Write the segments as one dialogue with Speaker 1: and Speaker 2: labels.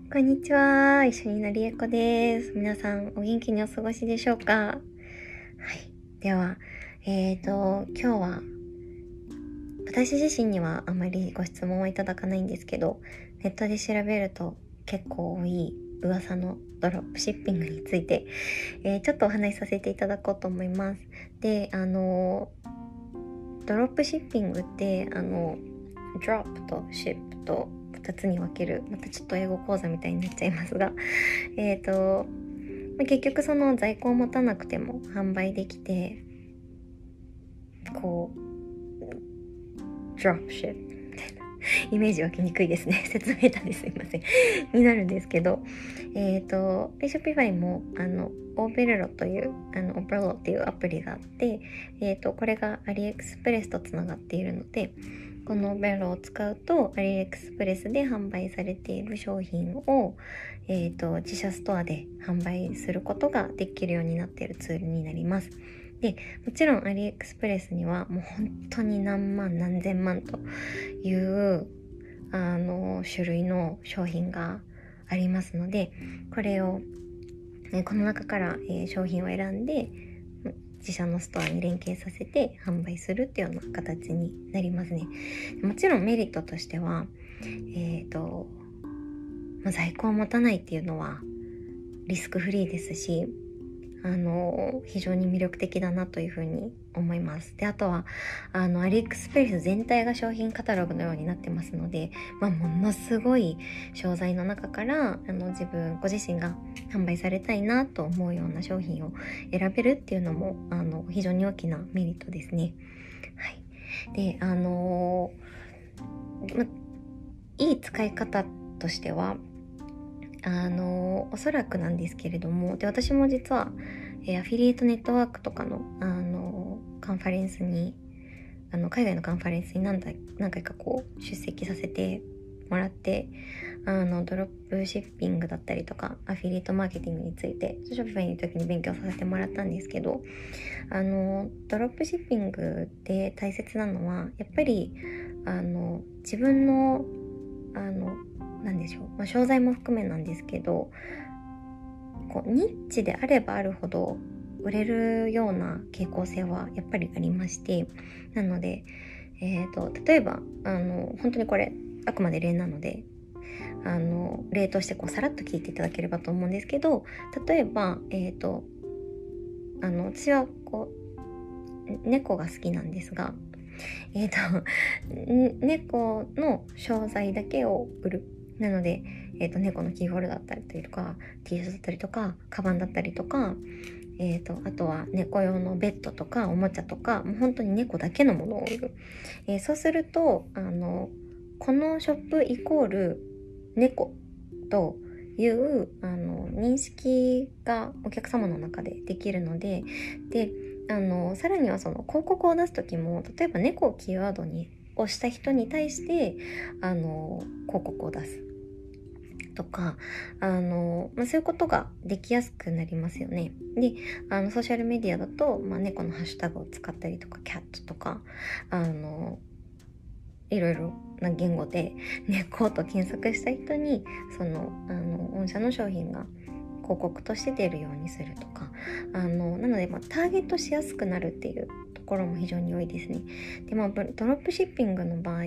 Speaker 1: こんにちは。一緒になりえこです。皆さんお元気にお過ごしでしょうか？はい。では、今日は私自身にはあまりご質問はいただかないんですけど、ネットで調べると結構多い噂のドロップシッピングについて、ちょっとお話しさせていただこうと思います。で、ドロップシッピングってドロップとシップと2つに分ける、またちょっと英語講座みたいになっちゃいますが、結局その在庫を持たなくても販売できて、こうドロップシップみたいなイメージ湧きにくいですね。説明下手ですいませんになるんですけど、Shopify もオーベルロというオペロっていうアプリがあって、これがアリエクスプレスとつながっているので、このベロを使うとアリエクスプレスで販売されている商品を、自社ストアで販売することができるようになっているツールになります。で、もちろんアリエクスプレスにはもう本当に何万何千万という種類の商品がありますので、これを、この中から、商品を選んで自社のストアに連携させて販売するっていうような形になりますね。もちろんメリットとしては、在庫を持たないっていうのはリスクフリーですし、非常に魅力的だなというふうに思います。で、あとはアリエクスプレス全体が商品カタログのようになってますので、ものすごい商材の中からご自身が販売されたいなと思うような商品を選べるっていうのも非常に大きなメリットですね。はい。で、いい使い方としては、おそらくなんですけれども、で、私も実は、アフィリエイトネットワークとかの、カンファレンスに、海外のカンファレンスに何回か出席させてもらって、ドロップシッピングだったりとか、アフィリエイトマーケティングについて、ショピファイの時に勉強させてもらったんですけど、ドロップシッピングで大切なのは、やっぱり、自分の、なんでしょう、商材も含めなんですけど、ニッチであればあるほど売れるような傾向性はやっぱりありまして、なので、例えば本当にこれあくまで例なので、例としてさらっと聞いていただければと思うんですけど、例えば私は猫が好きなんですが、猫の商材だけを売る。なので、猫のキーホルダーだったりとか、T シャツだったりとか、カバンだったりとか、あとは猫用のベッドとかおもちゃとか、もう本当に猫だけのものを売る。そうすると、このショップイコール猫という認識がお客様の中でできるので、さらにはその広告を出す時も、例えば猫をキーワードに押した人に対して広告を出すとか、そういうことができやすくなりますよね。で、ソーシャルメディアだと、猫のハッシュタグを使ったりとか、キャットとか、いろいろな言語で猫と検索した人に、御社の商品が広告として出るようにするとか、なので、ターゲットしやすくなるっていうところも非常に多いですね。で、ドロップシッピングの場合、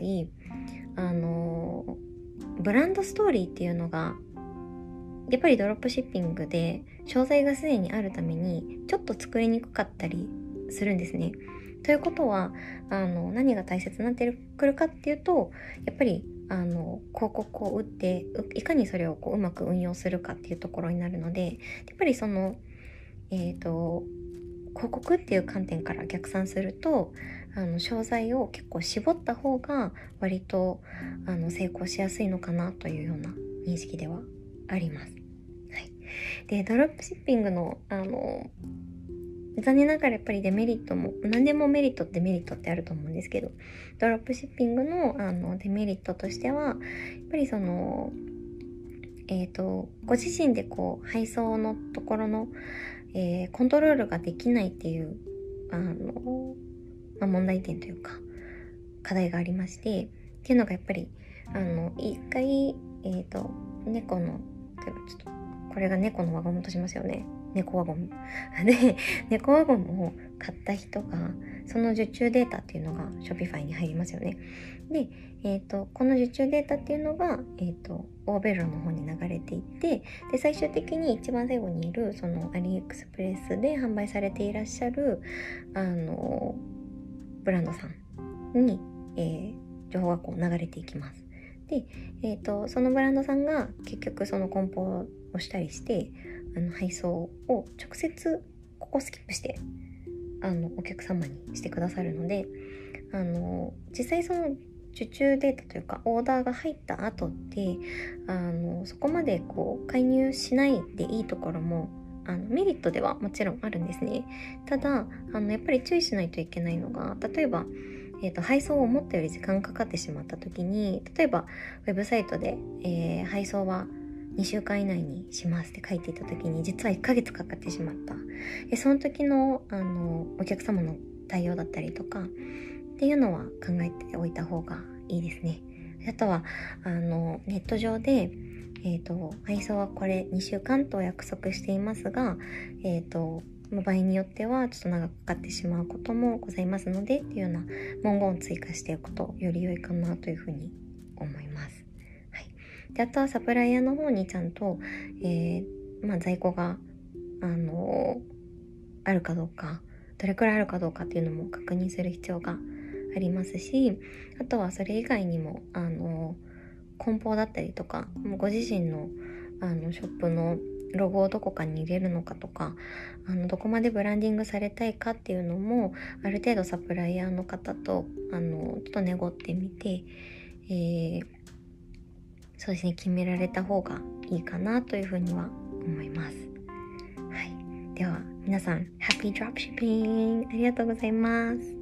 Speaker 1: ブランドストーリーっていうのがやっぱりドロップシッピングで商材がすでにあるためにちょっと作りにくかったりするんですね。ということは何が大切になってくるかっていうと、やっぱり広告を打っていかにそれをうまく運用するかっていうところになるので、やっぱりその広告っていう観点から逆算すると、商材を結構絞った方が割と成功しやすいのかなというような認識ではあります。はい。で、ドロップシッピングの残念ながらやっぱりデメリットも、何でもメリットデメリットってあると思うんですけど、ドロップシッピングのデメリットとしては、やっぱりご自身で配送のところの、コントロールができないっていう問題点というか課題がありまして、っていうのがやっぱり一回猫の例えばちょっとこれが猫の輪ゴムとしますよね。猫輪ゴムで、猫輪ゴムを買った人がその受注データっていうのが Shopify に入りますよね。で、この受注データっていうのが、オーベルの方に流れていって、で最終的に一番最後にいるそのアリエクスプレスで販売されていらっしゃるブランドさんに、情報がこう流れていきます。で、そのブランドさんが結局その梱包をしたりして配送を直接ここスキップしてお客様にしてくださるので、実際その受注データというかオーダーが入った後ってそこまでこう介入しないでいいところもメリットではもちろんあるんですね。ただやっぱり注意しないといけないのが、例えば配送を思ったより時間かかってしまった時に、例えばウェブサイトで、配送は2週間以内にしますって書いていた時に実は1ヶ月かかってしまった。その時のお客様の対応だったりとかっていうのは考えておいた方がいいですね。あとはネット上で配送はこれ2週間とお約束していますが、場合によってはちょっと長くかかってしまうこともございますのでっていうような文言を追加しておくとより良いかなというふうに思います。はい、であとはサプライヤーの方にちゃんと、在庫があるかどうか、どれくらいあるかどうかっていうのも確認する必要がありますし、あとはそれ以外にも梱包だったりとか、ご自身のショップのロゴをどこかに入れるのかとか、どこまでブランディングされたいかっていうのもある程度サプライヤーの方とちょっと濁ってみて、そうですね、決められた方がいいかなというふうには思います。はい、では皆さんハッピードロップシッピングありがとうございます。